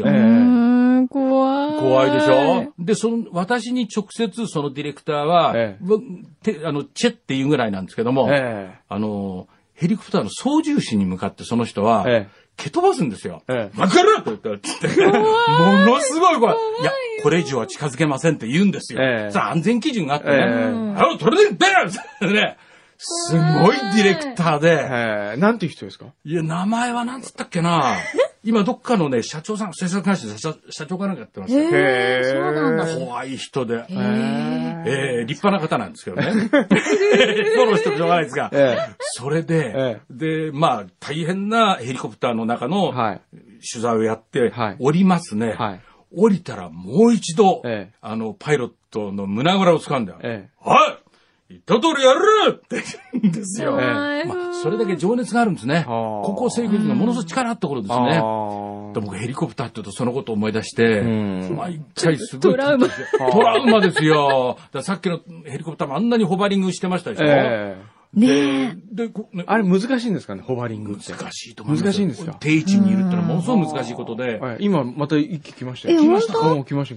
怖いでしょ？で、私に直接そのディレクターは、チェっていうぐらいなんですけども、ヘリコプターの操縦士に向かってその人は、蹴飛ばすんですよ。わかるって言って、ものすごい怖い。いや、これ以上は近づけませんって言うんですよ。さあ、安全基準があってね。それで、ね。すごいディレクターで。 なんていう人ですか？ いや、名前はなんつったっけな。今、どっかのね、社長さん、制作会社で社長かなんかやってますよ。 そうなんだ。 怖い人で。立派な方なんですけどね。フォローしてもしょうがないですが。それで、まあ、大変なヘリコプターの中の取材をやって、降りますね。降りたらもう一度、パイロットの胸ぐらを掴んだよ。はい言った通りやるって言うんですよ。まあ、それだけ情熱があるんですね。高校生活がものすごく力あった頃ですね。僕ヘリコプターって言うとそのことを思い出して、毎回すごいトラウマですよ。さっきのヘリコプターもあんなにホバリングしてましたでしょ。 あれ難しいんですかね、ホバリングって。 難しいと思います。 難しいんですか？ 定位置にいるってのはものすごい難しいことで。 今また一気来ましたよ。 来ました？ 来ました。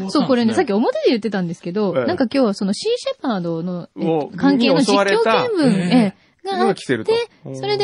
そう、これね、さっき表で言ってたんですけど、なんか今日はそのシーシェパードの関係の実況見聞があって、それで、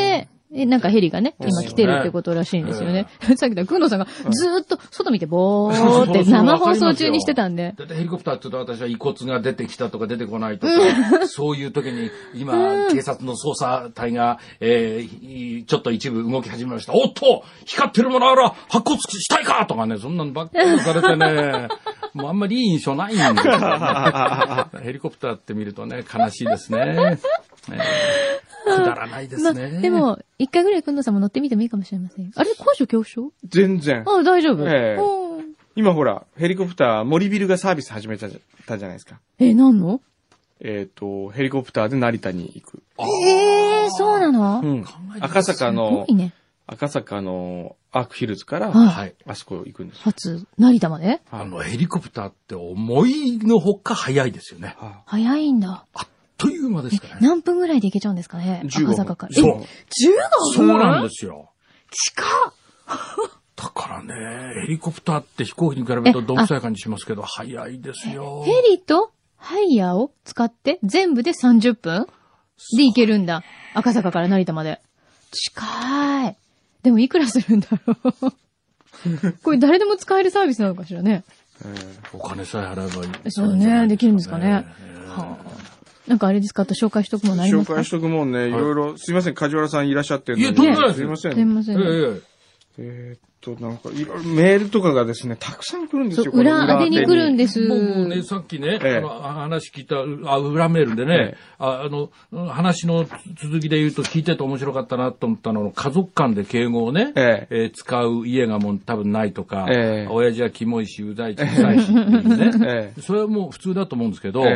なんかヘリがね、今来てるってことらしいんですよね。さっきだ、くんどさんがずーっと外見てぼーって生放送中にしてたんで。 だってヘリコプターって言うと私は遺骨が出てきたとか出てこないとか、そういう時に今、警察の捜査隊が、ちょっと一部動き始めました。おっと光ってるものあら白骨死体かとかね、そんなのばっかりされてね、もうあんまりいい印象ないんですよ、ね。ヘリコプターって見るとね、悲しいですね。くだらないですね。 まあ、でも、一回ぐらいくんどさんも乗ってみてもいいかもしれません。あれ、高所恐怖症？ 全然。 あ、大丈夫。 今ほら、ヘリコプター、森ビルがサービス始めたじゃないですか。 何の？ ヘリコプターで成田に行く。 そうなの？ うん。赤坂のアークヒルズから、あそこ行くんですよ。 初、成田まで？ ヘリコプターって思いのほか早いですよね。 早いんだ。 あっという間ですからね。 何分ぐらいで行けちゃうんですかね？赤坂から。 そう。15 分？ そうなんですよ。 近っ。 だからね、ヘリコプターって飛行機に比べるとどんくさい感じしますけど、早いですよ。 ヘリとハイヤーを使って全部で30分で行けるんだ。赤坂から成田まで。近い。でもいくらするんだろう。これ誰でも使えるサービスなのかしらね。 お金さえ払えばいい。 そうね、できるんですかね。なんかあれですか、あと紹介しとくもんありますか？ 紹介しとくもんね、いろいろ、すいません、梶原さんいらっしゃってるのに。 いや、とんでもないです。 すいません。 すいません。 なんか、いろいろメールとかがですね、たくさん来るんですよ。 裏当てに来るんです。 僕ね、さっきね、話聞いた、裏メールでね、話の続きで言うと聞いてて面白かったなと思ったのは、家族間で敬語をね、使う家がもう多分ないとか、親父はキモいし、うざいし、うざいしっていうね。それはもう普通だと思うんですけど、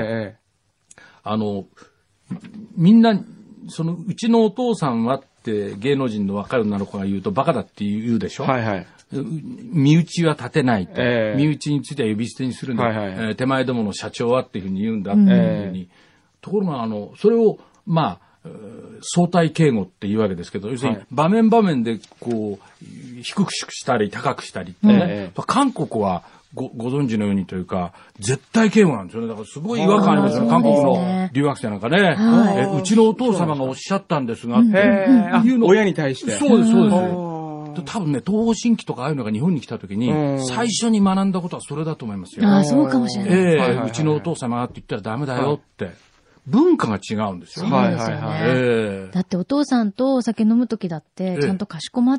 みんな、うちのお父さんはって芸能人の若い女の子が言うとバカだって言うでしょ。はいはい。身内は立てないと。身内については呼び捨てにするんだ。手前どもの社長はっていうふうに言うんだっていうふうに。ところが、それを、まあ、相対敬語っていうわけですけど、要するに場面場面でこう、低くしたり高くしたりってね。韓国はご存知のようにというか、絶対敬語なんですよね。だからすごい違和感ありますよね。韓国の留学生なんかね。うちのお父様がおっしゃったんですが、っていうの。親に対して。 そうです、そうです。多分ね、東方神起とかああいうのが日本に来た時に、最初に学んだことはそれだと思いますよ。 ああ、そうかもしれない。 うちのお父様がって言ったらダメだよって。文化が違うんですよね。 そうですよね。だってお父さんとお酒飲むときだって、ちゃんとかしこまって、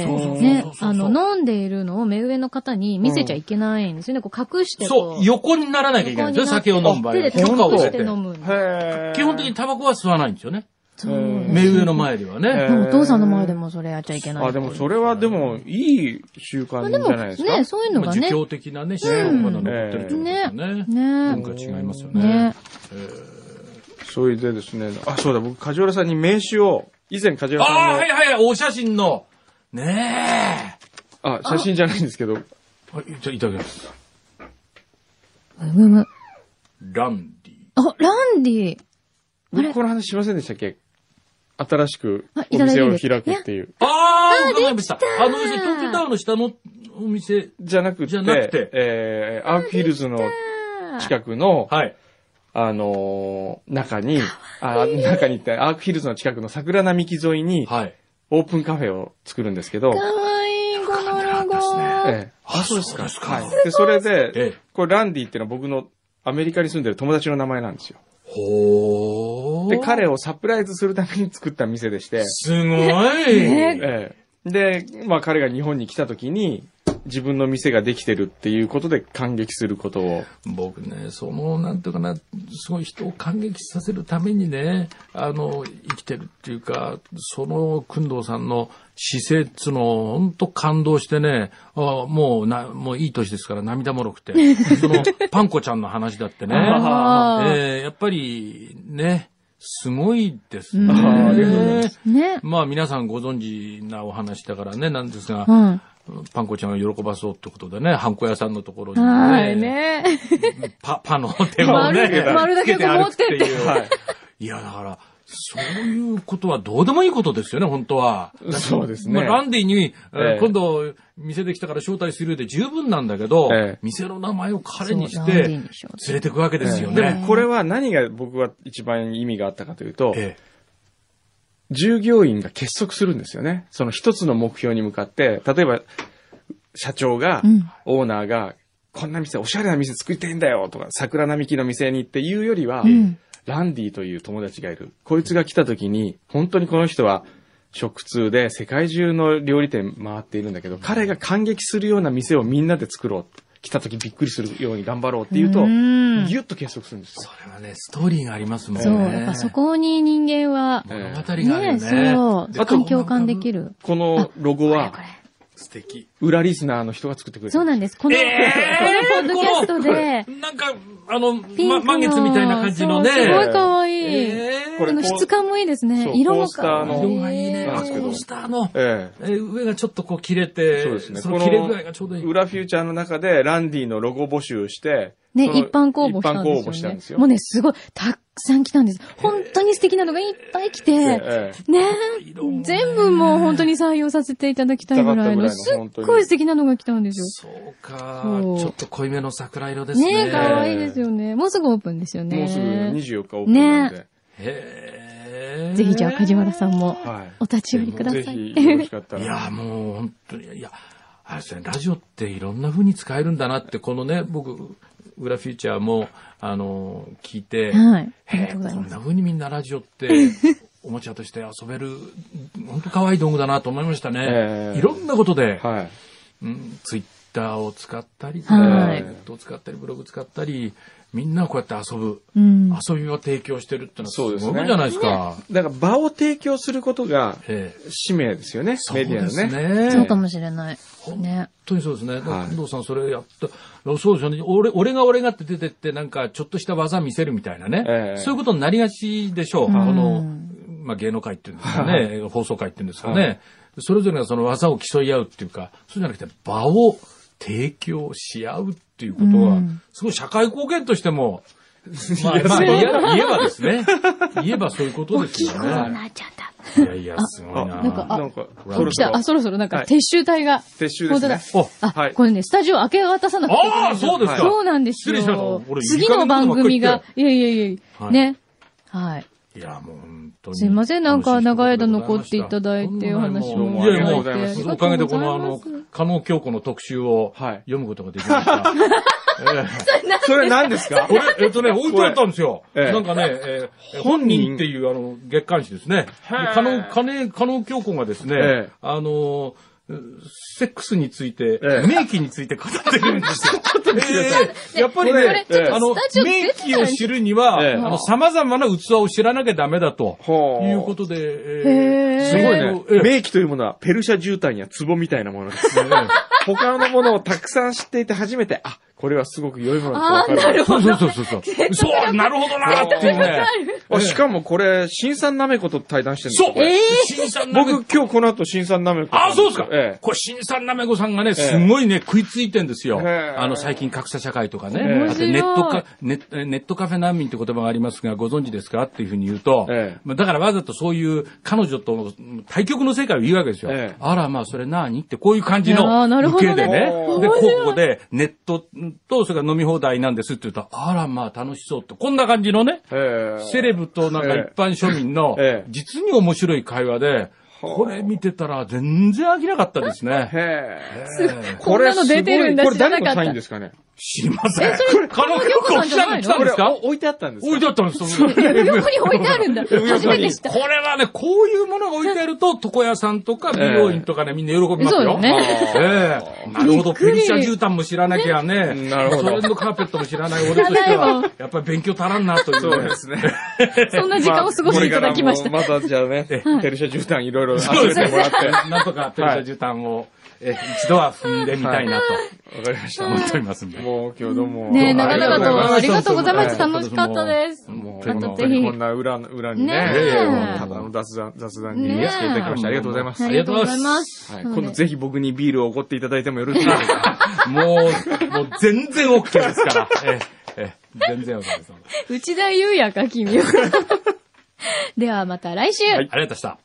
ね、飲んでいるのを目上の方に見せちゃいけないんですよね。こう隠してそう、横にならなきゃいけないんですよ、酒を飲む場合は。 許可をして飲む。 基本的にタバコは吸わないんですよね。目上の前ではね。 お父さんの前でもそれやっちゃいけない。 でもそれはでも、いい習慣じゃないですか。 ね、そういうのがね。 儒教的なね、習慣が残ってるってことですね。文化違いますよね。 それでですね、そうだ、僕、梶原さんに名刺を、以前梶原さんの。 はいはい、お写真の。ねえ。写真じゃないんですけど。 じゃあ、いただきます。 ランディ。 ランディ。 僕この話しませんでしたっけ？新しくお店を開くっていう。 伺いました。東京タワーの下のお店じゃなくて、アークヒルズの近くの、中に行って、アークヒルズの近くの桜並木沿いに、オープンカフェを作るんですけど。 かわいい、このロゴ。 そうですか。はい。で、それで、これランディっていうのは僕のアメリカに住んでる友達の名前なんですよ。で、彼をサプライズするために作った店でして。 すごい。 で、まあ彼が日本に来た時に、自分の店ができてるっていうことで感激することを。 僕ね、なんていうかな、すごい人を感激させるためにね、生きてるっていうか、工藤さんの姿勢っつの、ほんと感動してね、もういい年ですから涙もろくて、パンコちゃんの話だってね、やっぱりね、すごいですね。まあ皆さんご存知なお話だからね、なんですが、パンコちゃんを喜ばそうってことでね、ハンコ屋さんのところにね、パの手もね、 丸だけ持ってるっていう。 いや、だから、そういうことはどうでもいいことですよね、本当は。 そうですね。 ランディに、今度、店できたから招待するで十分なんだけど、店の名前を彼にして、連れてくわけですよね。 でもこれは何が僕は一番意味があったかというと、 従業員が結束するんですよね。その一つの目標に向かって、例えば、社長が、オーナーが、こんな店、おしゃれな店作りたいんだよとか、桜並木の店にっていうよりは、ランディという友達がいる。こいつが来た時に、本当にこの人は食通で世界中の料理店回っているんだけど、彼が感激するような店をみんなで作ろう。来た時びっくりするように頑張ろうっていうと、ギュッと結束するんですよ。 それはね、ストーリーがありますもんね。 そう、やっぱそこに人間は、 物語があるよね。 そう。あと共感できる。 このロゴは、 素敵。 裏リスナーの人が作ってくれる。 そうなんです。このポッドキャストで。 なんか、満月みたいな感じのね。 すごい可愛い。質感もいいですね。色も可愛い。 色がいいね。コースターの、上がちょっとこう切れて、 そうですね。 その切れ具合がちょうどいい。 裏フューチャーの中でランディのロゴ募集して、 ね、一般公募したんですよ。もうね、すごい、たくさん来たんです。本当に素敵なのがいっぱい来て、ね、全部もう本当に採用させていただきたいぐらいの、すっごい素敵なのが来たんですよ。そうか。ちょっと濃いめの桜色ですね。 ね、可愛いですよね。もうすぐオープンですよね。 もうすぐ24日オープンなんで。 ぜひじゃあ梶原さんもお立ち寄りください。 ぜひよろしかったら。 いや、もう本当に、いや、あれですね、ラジオっていろんな風に使えるんだなって、このね、僕、裏フューチャーも、聞いて、 はい。 こんな風にみんなラジオって、おもちゃとして遊べる、本当可愛い道具だなと思いましたね。いろんなことで、ツイッターを使ったり、ネットを使ったり、ブログ使ったり、みんなこうやって遊ぶ、遊びを提供してるってのはすごいじゃないですか。 だから場を提供することが使命ですよね、メディアのね。 そうかもしれない。 本当にそうですね。工藤さんそれやった。そうですよね。俺がって出てってなんかちょっとした技見せるみたいなね。そういうことになりがちでしょう。この、芸能界っていうんですかね。放送界っていうんですかね。それぞれがその技を競い合うっていうか、そうじゃなくて場を提供し合うっていうことは、すごい社会貢献としても、言えばですね。言えばそういうことですよね。大きい声になっちゃった。いや、すごいな。 なんか、来た。そろそろなんか撤収隊が。 撤収ですね。 これね、スタジオ明け渡さなくていけない。 ああ、そうですか。 そうなんですよ。次の番組が、いや、ね。はい。 いや、もう本当に。 すいません、なんか長い間残っていただいて、お話も。 いや、もう、おかげでこの加納京子の特集を読むことができました。 それ何ですか？ これ、置いてあったんですよ。なんかね、本人っていう月刊誌ですね。加納京子がですね、セックスについて、名器について語ってるんですよ。やっぱりね、名器を知るには、様々な器を知らなきゃダメだということで、 すごいね。名器というものはペルシャ絨毯や壺みたいなものですね。他のものをたくさん知っていて初めて、これはすごく良いものだと分かる。 そう。そう、なるほどなっていうね。 しかもこれ、新さんなめこと対談してるんですよ。僕今日この後新さんなめこ。 そうですか。これ新さんなめこさんがね、すごいね、食いついてんですよ。最近格差社会とかね。あとネットカフェ難民って言葉がありますが、ご存知ですかっていうふうに言うと、だからわざとそういう彼女と対極の世界を言うわけですよ。それ何ってこういう感じの受けでね。で、ここでネットと、それから飲み放題なんですって言うと、楽しそうって、こんな感じのね、セレブとなんか一般庶民の、実に面白い会話で、これ見てたら全然飽きなかったですね。 こんなの出てるんだ。 これ誰のサインですかね？ 知りません。加納京子記者に来たんですか？ 置いてあったんですか？ 置いてあったんです。 横に置いてあるんだ。初めて知った。 これはね、こういうものが置いてあると、床屋さんとか美容院とかね、みんな喜びますよ。 そうね。 なるほど、ペルシャ絨毯も知らなきゃね、 なるほど。 トレンドカーペットも知らない俺としては、やっぱり勉強足らんなという。 そうですね。 そんな時間を過ごしていただきました。 またじゃあね、ペルシャ絨毯いろいろ集めてもらって。 なんとかペルシャ絨毯を、一度は踏んでみたいなと。 わかりました。 思っておりますんで。 もう今日どうも。 ね、長々とありがとうございます。楽しかったです。 もう、本当にこんな裏にね、ただの雑談にしていただきましてありがとうございます。 ありがとうございます。 今度ぜひ僕にビールをおごっていただいてもよろしいですか？ もう全然 OK ですから。全然 OK です。 内田祐也か、君は。ではまた来週。 ありがとうございました。